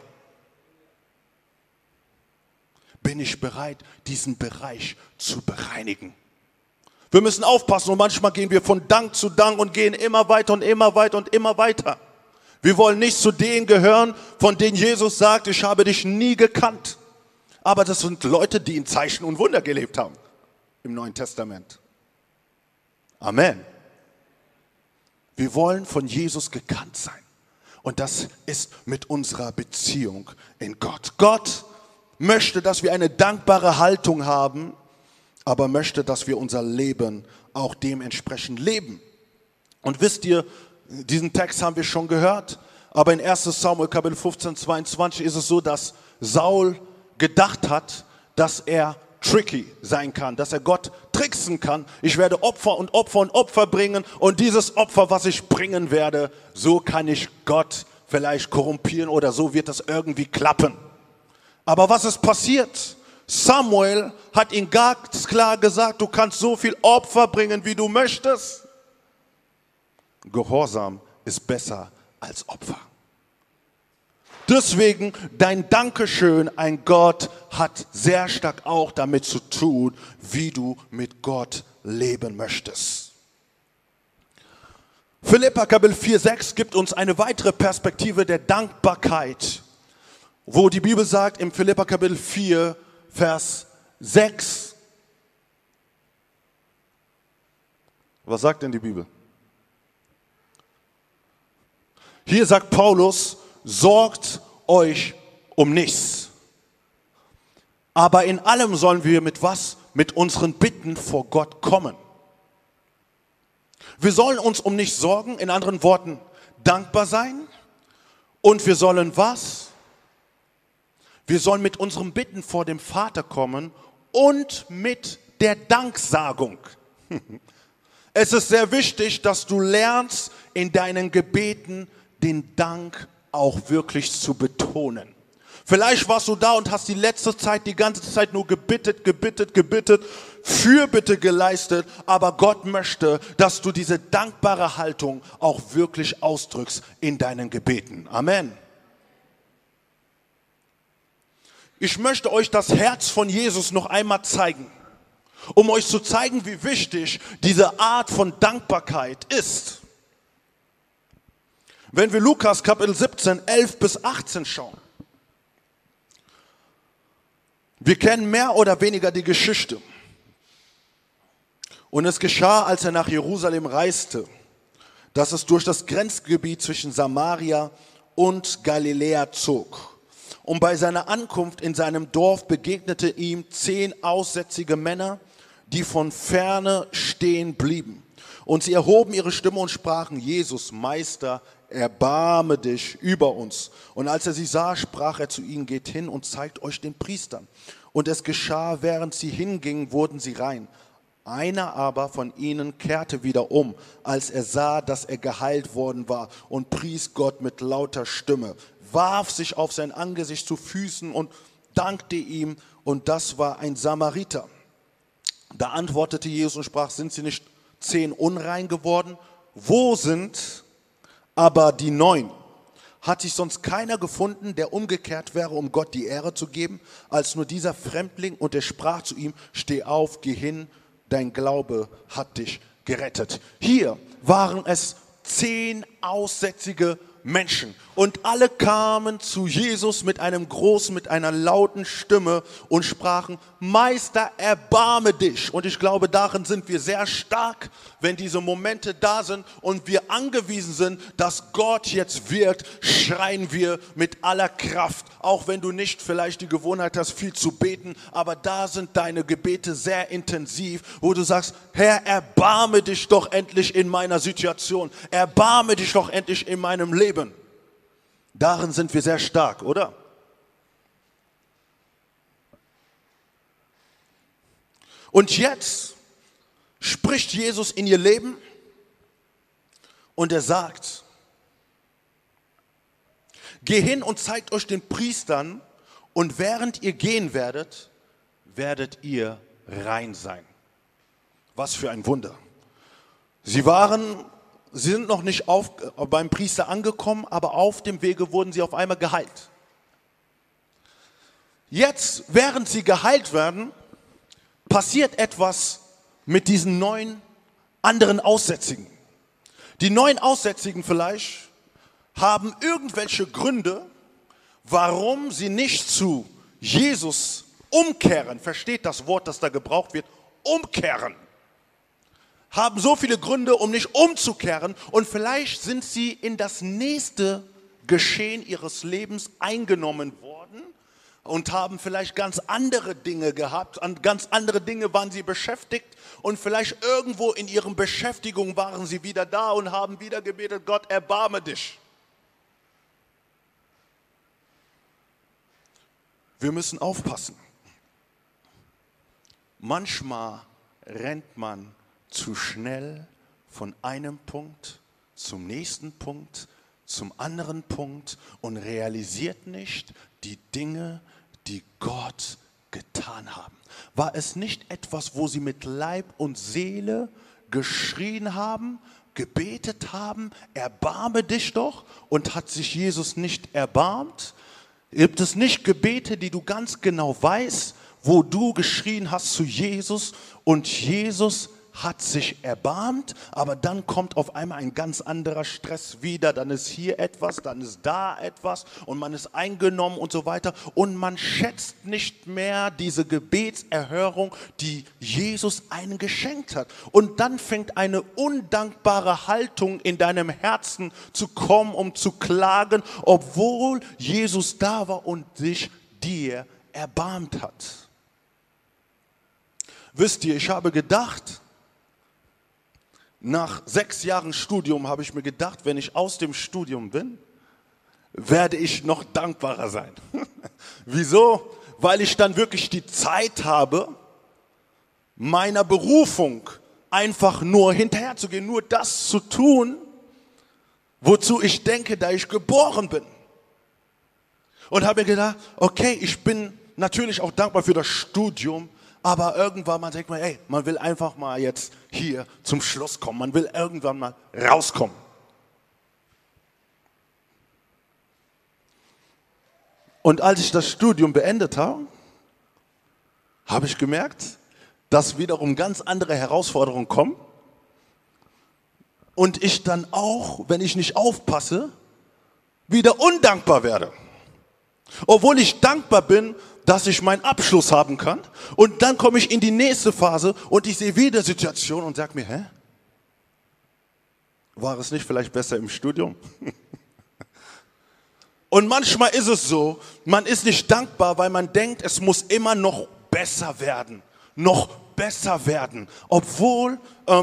Bin ich bereit, diesen Bereich zu bereinigen? Wir müssen aufpassen und manchmal gehen wir von Dank zu Dank und gehen immer weiter und immer weiter und immer weiter. Wir wollen nicht zu denen gehören, von denen Jesus sagt, ich habe dich nie gekannt. Aber das sind Leute, die in Zeichen und Wunder gelebt haben. Im Neuen Testament. Amen. Wir wollen von Jesus gekannt sein. Und das ist mit unserer Beziehung in Gott. Gott möchte, dass wir eine dankbare Haltung haben, aber möchte, dass wir unser Leben auch dementsprechend leben. Und wisst ihr, diesen Text haben wir schon gehört, aber in 1. Samuel Kapitel 15, 22 ist es so, dass Saul gedacht hat, dass er tricky sein kann, dass er Gott tricksen kann. Ich werde Opfer und Opfer und Opfer bringen und dieses Opfer, was ich bringen werde, so kann ich Gott vielleicht korrumpieren oder so wird das irgendwie klappen. Aber was ist passiert? Samuel hat ihm ganz klar gesagt, du kannst so viel Opfer bringen, wie du möchtest. Gehorsam ist besser als Opfer. Deswegen dein Dankeschön, ein Gott, hat sehr stark auch damit zu tun, wie du mit Gott leben möchtest. Philipper Kapitel 4, 6 gibt uns eine weitere Perspektive der Dankbarkeit, wo die Bibel sagt im Philipper Kapitel 4, Vers 6, was sagt denn die Bibel? Hier sagt Paulus, sorgt euch um nichts. Aber in allem sollen wir mit was? Mit unseren Bitten vor Gott kommen. Wir sollen uns um nichts sorgen, in anderen Worten dankbar sein. Und wir sollen was? Wir sollen mit unseren Bitten vor dem Vater kommen und mit der Danksagung. Es ist sehr wichtig, dass du lernst, in deinen Gebeten den Dank auch wirklich zu betonen. Vielleicht warst du da und hast die letzte Zeit, die ganze Zeit nur gebetet, Fürbitte geleistet, aber Gott möchte, dass du diese dankbare Haltung auch wirklich ausdrückst in deinen Gebeten. Amen. Ich möchte euch das Herz von Jesus noch einmal zeigen, um euch zu zeigen, wie wichtig diese Art von Dankbarkeit ist. Wenn wir Lukas Kapitel 17, 11 bis 18 schauen, wir kennen mehr oder weniger die Geschichte. Und es geschah, als er nach Jerusalem reiste, dass es durch das Grenzgebiet zwischen Samaria und Galiläa zog. Und bei seiner Ankunft in seinem Dorf begegnete ihm 10 aussätzige Männer, die von ferne stehen blieben. Und sie erhoben ihre Stimme und sprachen, Jesus, Meister, erbarme dich über uns. Und als er sie sah, sprach er zu ihnen, geht hin und zeigt euch den Priestern. Und es geschah, während sie hingingen, wurden sie rein. Einer aber von ihnen kehrte wieder um, als er sah, dass er geheilt worden war, und pries Gott mit lauter Stimme, warf sich auf sein Angesicht zu Füßen und dankte ihm, und das war ein Samariter. Da antwortete Jesus und sprach, sind sie nicht 10 unrein geworden? Wo sind aber die 9? Hat sich sonst keiner gefunden, der umgekehrt wäre, um Gott die Ehre zu geben, als nur dieser Fremdling? Und er sprach zu ihm, steh auf, geh hin, dein Glaube hat dich gerettet. Hier waren es 10 aussätzige Menschen. Und alle kamen zu Jesus mit einer lauten Stimme und sprachen, Meister, erbarme dich. Und ich glaube, darin sind wir sehr stark, wenn diese Momente da sind und wir angewiesen sind, dass Gott jetzt wirkt, schreien wir mit aller Kraft. Auch wenn du nicht vielleicht die Gewohnheit hast, viel zu beten, aber da sind deine Gebete sehr intensiv, wo du sagst, Herr, erbarme dich doch endlich in meiner Situation. Erbarme dich doch endlich in meinem Leben. Darin sind wir sehr stark, oder? Und jetzt spricht Jesus in ihr Leben und er sagt, geh hin und zeigt euch den Priestern und während ihr gehen werdet, werdet ihr rein sein. Was für ein Wunder. Sie sind noch nicht beim Priester angekommen, aber auf dem Wege wurden sie auf einmal geheilt. Jetzt, während sie geheilt werden, passiert etwas mit diesen 9 anderen Aussätzigen. Die 9 Aussätzigen vielleicht haben irgendwelche Gründe, warum sie nicht zu Jesus umkehren. Versteht das Wort, das da gebraucht wird? Umkehren. Haben so viele Gründe, um nicht umzukehren, und vielleicht sind sie in das nächste Geschehen ihres Lebens eingenommen worden und haben vielleicht ganz andere Dinge gehabt, an ganz andere Dinge waren sie beschäftigt und vielleicht irgendwo in ihren Beschäftigungen waren sie wieder da und haben wieder gebetet, Gott, erbarme dich. Wir müssen aufpassen. Manchmal rennt man zu schnell von einem Punkt zum nächsten Punkt, zum anderen Punkt und realisiert nicht die Dinge, die Gott getan haben. War es nicht etwas, wo sie mit Leib und Seele geschrien haben, gebetet haben, erbarme dich doch, und hat sich Jesus nicht erbarmt? Gibt es nicht Gebete, die du ganz genau weißt, wo du geschrien hast zu Jesus und Jesus hat sich erbarmt, aber dann kommt auf einmal ein ganz anderer Stress wieder, dann ist hier etwas, dann ist da etwas und man ist eingenommen und so weiter und man schätzt nicht mehr diese Gebetserhörung, die Jesus einem geschenkt hat. Und dann fängt eine undankbare Haltung in deinem Herzen zu kommen, um zu klagen, obwohl Jesus da war und sich dir erbarmt hat. Wisst ihr, ich habe gedacht, nach 6 Jahren Studium habe ich mir gedacht, wenn ich aus dem Studium bin, werde ich noch dankbarer sein. Wieso? Weil ich dann wirklich die Zeit habe, meiner Berufung einfach nur hinterherzugehen, nur das zu tun, wozu ich denke, da ich geboren bin. Und habe mir gedacht, okay, ich bin natürlich auch dankbar für das Studium, aber irgendwann man denkt man, ey, man will einfach mal jetzt hier zum Schluss kommen. Man will irgendwann mal rauskommen. Und als ich das Studium beendet habe, habe ich gemerkt, dass wiederum ganz andere Herausforderungen kommen. Und ich dann auch, wenn ich nicht aufpasse, wieder undankbar werde. Obwohl ich dankbar bin, dass ich meinen Abschluss haben kann. Und dann komme ich in die nächste Phase und ich sehe wieder Situation und sage mir, hä? War es nicht vielleicht besser im Studium? Und manchmal ist es so, man ist nicht dankbar, weil man denkt, es muss immer noch besser werden. Noch besser werden. Obwohl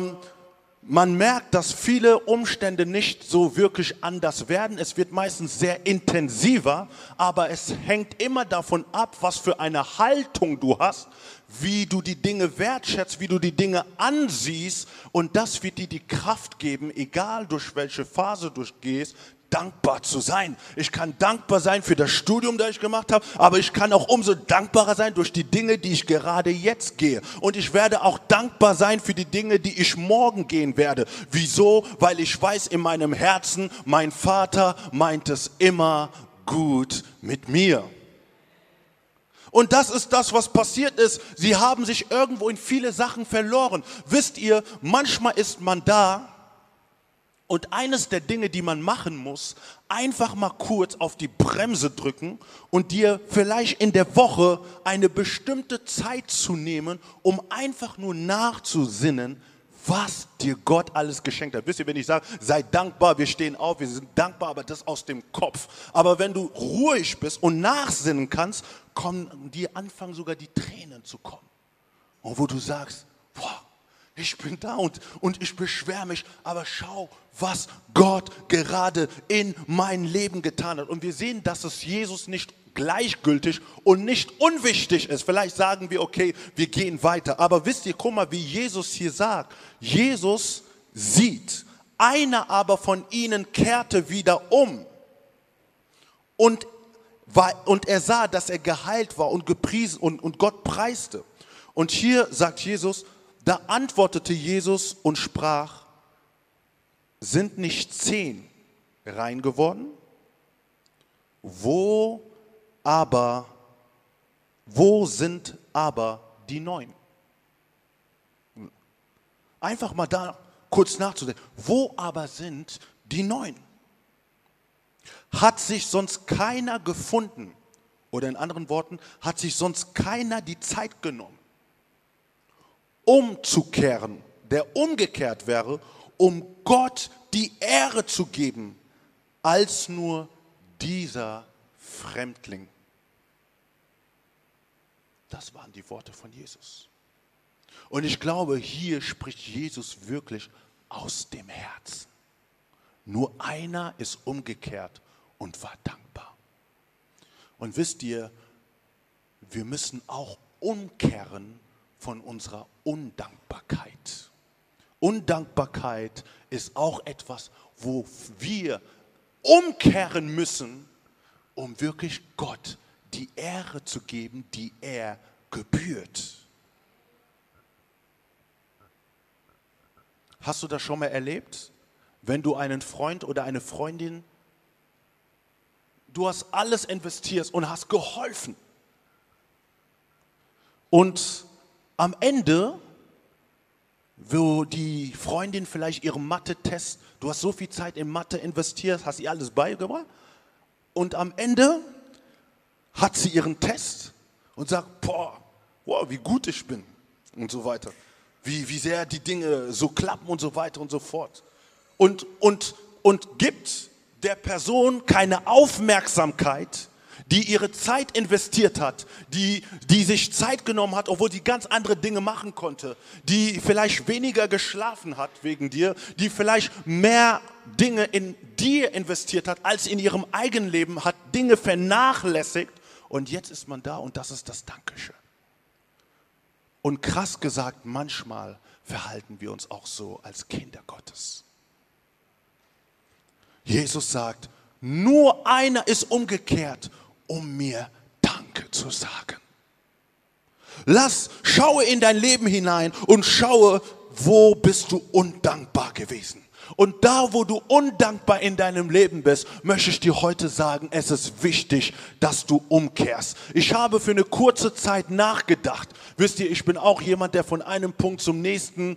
man merkt, dass viele Umstände nicht so wirklich anders werden. Es wird meistens sehr intensiver, aber es hängt immer davon ab, was für eine Haltung du hast, wie du die Dinge wertschätzt, wie du die Dinge ansiehst. Und das wird dir die Kraft geben, egal durch welche Phase du gehst, dankbar zu sein. Ich kann dankbar sein für das Studium, das ich gemacht habe, aber ich kann auch umso dankbarer sein durch die Dinge, die ich gerade jetzt gehe. Und ich werde auch dankbar sein für die Dinge, die ich morgen gehen werde. Wieso? Weil ich weiß in meinem Herzen, mein Vater meint es immer gut mit mir. Und das ist das, was passiert ist. Sie haben sich irgendwo in viele Sachen verloren. Wisst ihr, manchmal ist man da, und eines der Dinge, die man machen muss, einfach mal kurz auf die Bremse drücken und dir vielleicht in der Woche eine bestimmte Zeit zu nehmen, um einfach nur nachzusinnen, was dir Gott alles geschenkt hat. Wisst ihr, wenn ich sage, sei dankbar, wir stehen auf, wir sind dankbar, aber das aus dem Kopf. Aber wenn du ruhig bist und nachsinnen kannst, anfangen sogar die Tränen zu kommen. Und wo du sagst, boah, ich bin da und ich beschwere mich, aber schau, was Gott gerade in mein Leben getan hat. Und wir sehen, dass es Jesus nicht gleichgültig und nicht unwichtig ist. Vielleicht sagen wir, okay, wir gehen weiter. Aber wisst ihr, guck mal, wie Jesus hier sagt. Jesus sieht, einer aber von ihnen kehrte wieder um. Und er sah, dass er geheilt war und gepriesen und Gott preiste. Und hier sagt Jesus, da antwortete Jesus und sprach, sind nicht 10 rein geworden? Wo sind aber die 9? Einfach mal da kurz nachzudenken. Wo aber sind die 9? Hat sich sonst keiner gefunden? Oder in anderen Worten, hat sich sonst keiner die Zeit genommen, umzukehren, der umgekehrt wäre, um Gott die Ehre zu geben, als nur dieser Fremdling? Das waren die Worte von Jesus. Und ich glaube, hier spricht Jesus wirklich aus dem Herzen. Nur einer ist umgekehrt und war dankbar. Und wisst ihr, wir müssen auch umkehren von unserer Undankbarkeit. Undankbarkeit ist auch etwas, wo wir umkehren müssen, um wirklich Gott die Ehre zu geben, die er gebührt. Hast du das schon mal erlebt, wenn du einen Freund oder eine Freundin, du hast alles investiert und hast geholfen. Und am Ende, wo die Freundin vielleicht ihren Mathe-Test, du hast so viel Zeit in Mathe investiert, hast ihr alles beigebracht und am Ende hat sie ihren Test und sagt, boah, wow, wie gut ich bin und so weiter. Wie sehr die Dinge so klappen und so weiter und so fort. Und gibt der Person keine Aufmerksamkeit, die ihre Zeit investiert hat, die sich Zeit genommen hat, obwohl sie ganz andere Dinge machen konnte, die vielleicht weniger geschlafen hat wegen dir, die vielleicht mehr Dinge in dir investiert hat, als in ihrem eigenen Leben, hat Dinge vernachlässigt und jetzt ist man da und das ist das Dankeschön. Und krass gesagt, manchmal verhalten wir uns auch so als Kinder Gottes. Jesus sagt, nur einer ist umgekehrt, um mir Danke zu sagen. Schaue in dein Leben hinein und schaue, wo bist du undankbar gewesen. Und da, wo du undankbar in deinem Leben bist, möchte ich dir heute sagen, es ist wichtig, dass du umkehrst. Ich habe für eine kurze Zeit nachgedacht. Wisst ihr, ich bin auch jemand, der von einem Punkt zum nächsten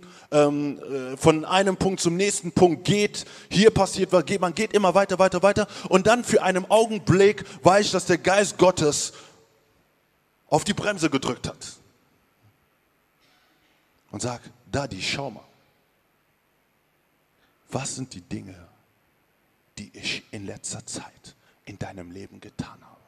Punkt geht. Hier passiert was, man geht immer weiter, weiter, weiter. Und dann für einen Augenblick weiß ich, dass der Geist Gottes auf die Bremse gedrückt hat. Und sagt, Daddy, schau mal. Was sind die Dinge, die ich in letzter Zeit in deinem Leben getan habe?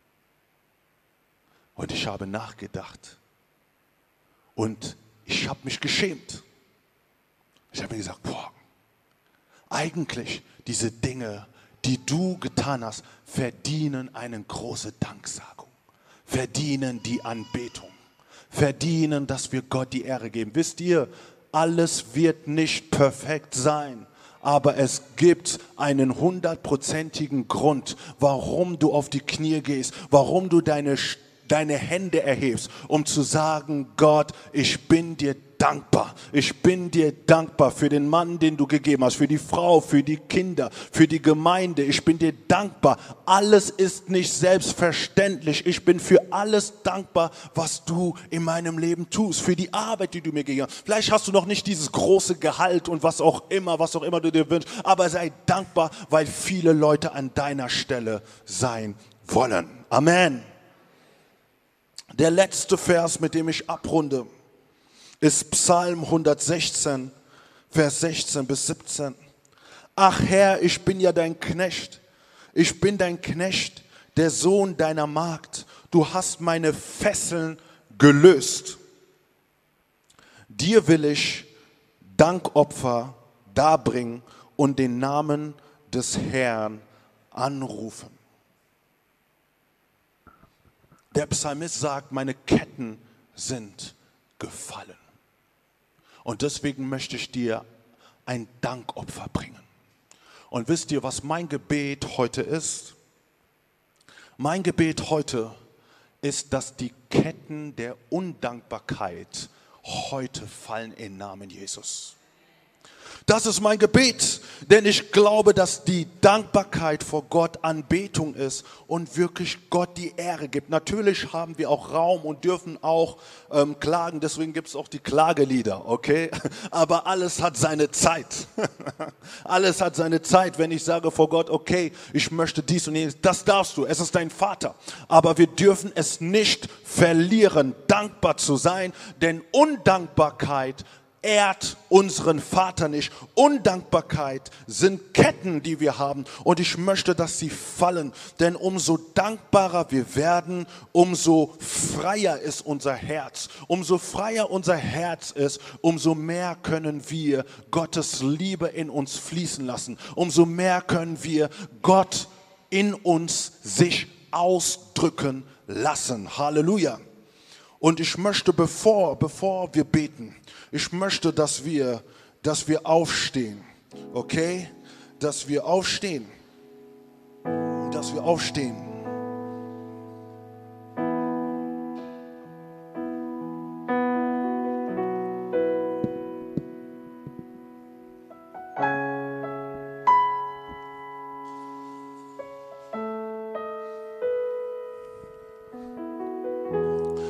Und ich habe nachgedacht und ich habe mich geschämt. Ich habe mir gesagt, boah, eigentlich diese Dinge, die du getan hast, verdienen eine große Danksagung, verdienen die Anbetung, verdienen, dass wir Gott die Ehre geben. Wisst ihr, alles wird nicht perfekt sein. Aber es gibt einen 100%igen Grund, warum du auf die Knie gehst, warum du deine Hände erhebst, um zu sagen, Gott, ich bin dir dankbar. Ich bin dir dankbar für den Mann, den du gegeben hast, für die Frau, für die Kinder, für die Gemeinde. Ich bin dir dankbar. Alles ist nicht selbstverständlich. Ich bin für alles dankbar, was du in meinem Leben tust, für die Arbeit, die du mir gegeben hast. Vielleicht hast du noch nicht dieses große Gehalt und was auch immer du dir wünschst, aber sei dankbar, weil viele Leute an deiner Stelle sein wollen. Amen. Der letzte Vers, mit dem ich abrunde, ist Psalm 116, Vers 16 bis 17. Ach Herr, ich bin ja dein Knecht. Ich bin dein Knecht, der Sohn deiner Magd. Du hast meine Fesseln gelöst. Dir will ich Dankopfer darbringen und den Namen des Herrn anrufen. Der Psalmist sagt, meine Ketten sind gefallen. Und deswegen möchte ich dir ein Dankopfer bringen. Und wisst ihr, was mein Gebet heute ist? Mein Gebet heute ist, dass die Ketten der Undankbarkeit heute fallen im Namen Jesus. Das ist mein Gebet, denn ich glaube, dass die Dankbarkeit vor Gott Anbetung ist und wirklich Gott die Ehre gibt. Natürlich haben wir auch Raum und dürfen auch klagen, deswegen gibt es auch die Klagelieder, okay? Aber alles hat seine Zeit. Alles hat seine Zeit, wenn ich sage vor Gott, okay, ich möchte dies und jenes, das darfst du, es ist dein Vater. Aber wir dürfen es nicht verlieren, dankbar zu sein, denn Undankbarkeit ehrt unseren Vater nicht. Undankbarkeit sind Ketten, die wir haben. Und ich möchte, dass sie fallen. Denn umso dankbarer wir werden, umso freier ist unser Herz. Umso freier unser Herz ist, umso mehr können wir Gottes Liebe in uns fließen lassen. Umso mehr können wir Gott in uns sich ausdrücken lassen. Halleluja. Und ich möchte, bevor wir beten, ich möchte, dass wir aufstehen, okay? Dass wir aufstehen.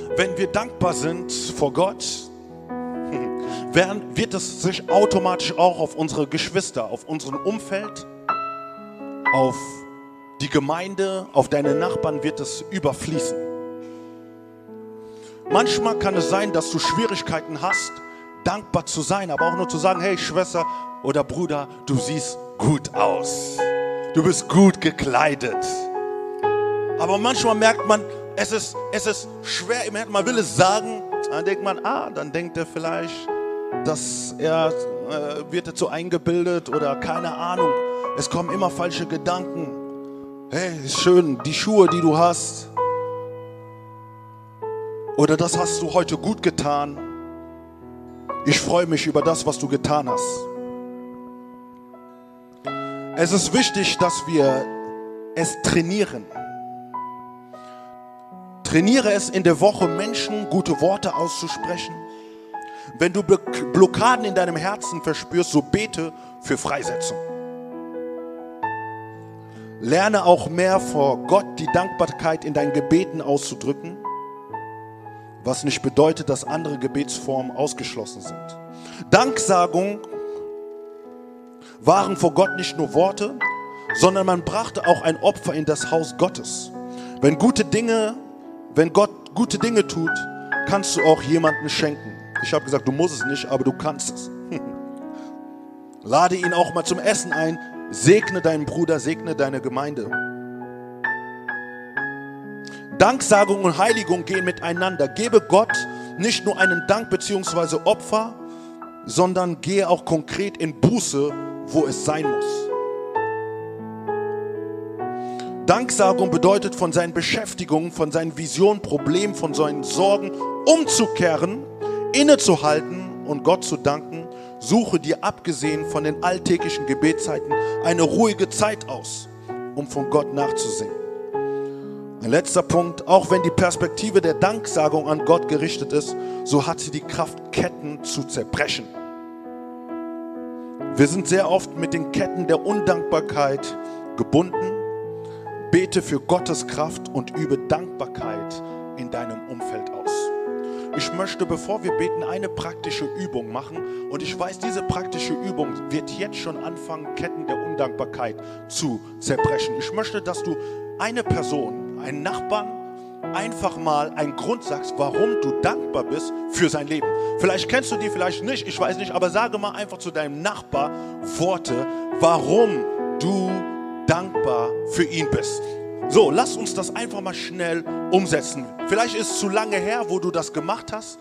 wenn wir dankbar sind vor Gott, wird es sich automatisch auch auf unsere Geschwister, auf unser Umfeld, auf die Gemeinde, auf deine Nachbarn wird es überfließen. Manchmal kann es sein, dass du Schwierigkeiten hast, dankbar zu sein, aber auch nur zu sagen, hey Schwester oder Bruder, du siehst gut aus. Du bist gut gekleidet. Aber manchmal merkt man, es ist schwer, man will es sagen, dann denkt man, dann denkt er vielleicht, dass wird dazu eingebildet oder keine Ahnung. Es kommen immer falsche Gedanken. Hey, ist schön, die Schuhe, die du hast. Oder das hast du heute gut getan. Ich freue mich über das, was du getan hast. Es ist wichtig, dass wir es trainieren. Trainiere es in der Woche, Menschen gute Worte auszusprechen. Wenn du Blockaden in deinem Herzen verspürst, so bete für Freisetzung. Lerne auch mehr vor Gott die Dankbarkeit in deinen Gebeten auszudrücken, was nicht bedeutet, dass andere Gebetsformen ausgeschlossen sind. Danksagung waren vor Gott nicht nur Worte, sondern man brachte auch ein Opfer in das Haus Gottes. Wenn Gott gute Dinge tut, kannst du auch jemandem schenken. Ich habe gesagt, du musst es nicht, aber du kannst es. Lade ihn auch mal zum Essen ein, segne deinen Bruder, segne deine Gemeinde. Danksagung und Heiligung gehen miteinander. Gebe Gott nicht nur einen Dank bzw. Opfer, sondern gehe auch konkret in Buße, wo es sein muss. Danksagung bedeutet, von seinen Beschäftigungen, von seinen Visionen, Problemen, von seinen Sorgen umzukehren, innezuhalten und Gott zu danken. Suche dir abgesehen von den alltäglichen Gebetszeiten eine ruhige Zeit aus, um von Gott nachzusingen. Ein letzter Punkt, auch wenn die Perspektive der Danksagung an Gott gerichtet ist, so hat sie die Kraft, Ketten zu zerbrechen. Wir sind sehr oft mit den Ketten der Undankbarkeit gebunden. Bete für Gottes Kraft und übe Dankbarkeit in deinem Umfeld aus. Ich möchte, bevor wir beten, eine praktische Übung machen. Und ich weiß, diese praktische Übung wird jetzt schon anfangen, Ketten der Undankbarkeit zu zerbrechen. Ich möchte, dass du eine Person, einen Nachbarn, einfach mal einen Grund sagst, warum du dankbar bist für sein Leben. Vielleicht kennst du die, vielleicht nicht, ich weiß nicht, aber sage mal einfach zu deinem Nachbar Worte, warum du dankbar für ihn bist. So, lass uns das einfach mal schnell umsetzen. Vielleicht ist es zu lange her, wo du das gemacht hast.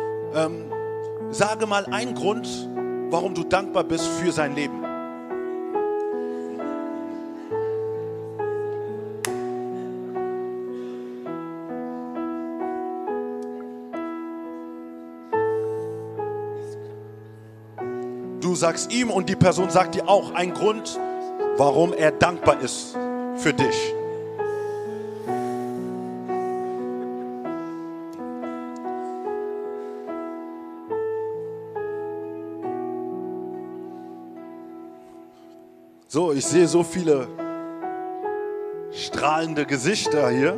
Sage mal einen Grund, warum du dankbar bist für sein Leben. Du sagst ihm und die Person sagt dir auch einen Grund, warum er dankbar ist für dich. So, ich sehe so viele strahlende Gesichter hier.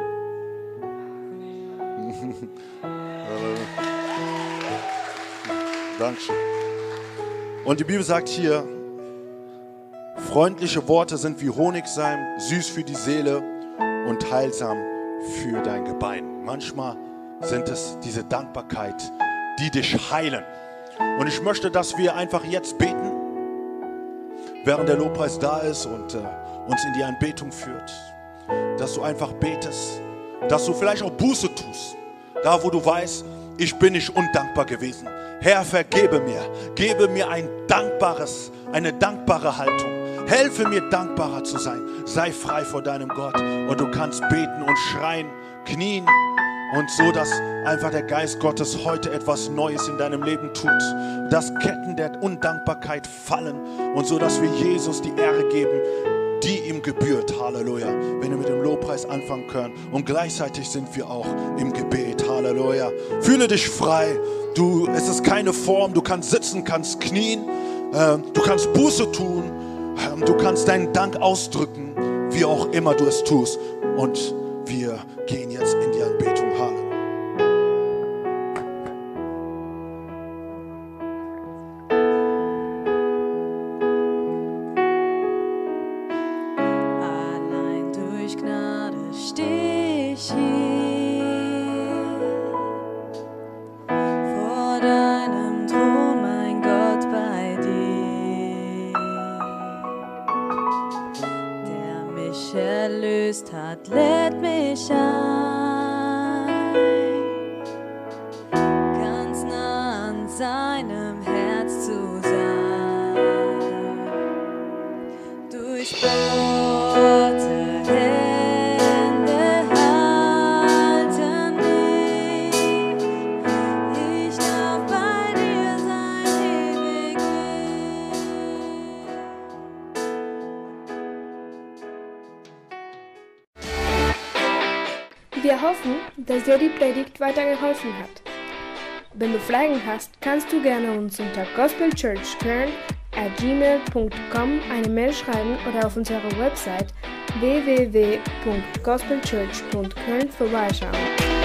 Dankeschön. Und die Bibel sagt hier, freundliche Worte sind wie Honigseim, süß für die Seele und heilsam für dein Gebein. Manchmal sind es diese Dankbarkeit, die dich heilen. Und ich möchte, dass wir einfach jetzt beten, während der Lobpreis da ist und uns in die Anbetung führt. Dass du einfach betest, dass du vielleicht auch Buße tust. Da, wo du weißt, ich bin nicht undankbar gewesen. Herr, vergebe mir. Gebe mir eine dankbare Haltung. Helfe mir, dankbarer zu sein. Sei frei vor deinem Gott. Und du kannst beten und schreien, knien. Und so, dass einfach der Geist Gottes heute etwas Neues in deinem Leben tut. Dass Ketten der Undankbarkeit fallen. Und so, dass wir Jesus die Ehre geben, die ihm gebührt. Halleluja. Wenn wir mit dem Lobpreis anfangen können. Und gleichzeitig sind wir auch im Gebet. Halleluja. Fühle dich frei. Es ist keine Form. Du kannst sitzen, kannst knien. Du kannst Buße tun. Du kannst deinen Dank ausdrücken, wie auch immer du es tust. Und wir gehen jetzt in die Anbetung. Halleluja. mich hier vor deinem Thron, mein Gott, bei dir, der mich erlöst hat, lädt mich ein, ganz nah an seinem Herz zu sein, durch Worte, Hände halten mich, ich darf bei dir sein ewiglich. Wir hoffen, dass dir die Predigt weitergeholfen hat. Wenn du Fragen hast, kannst du gerne uns unter gospelchurchkern@gmail.com eine Mail schreiben oder auf unserer Website www.gospelchurch.köln vorbeischauen.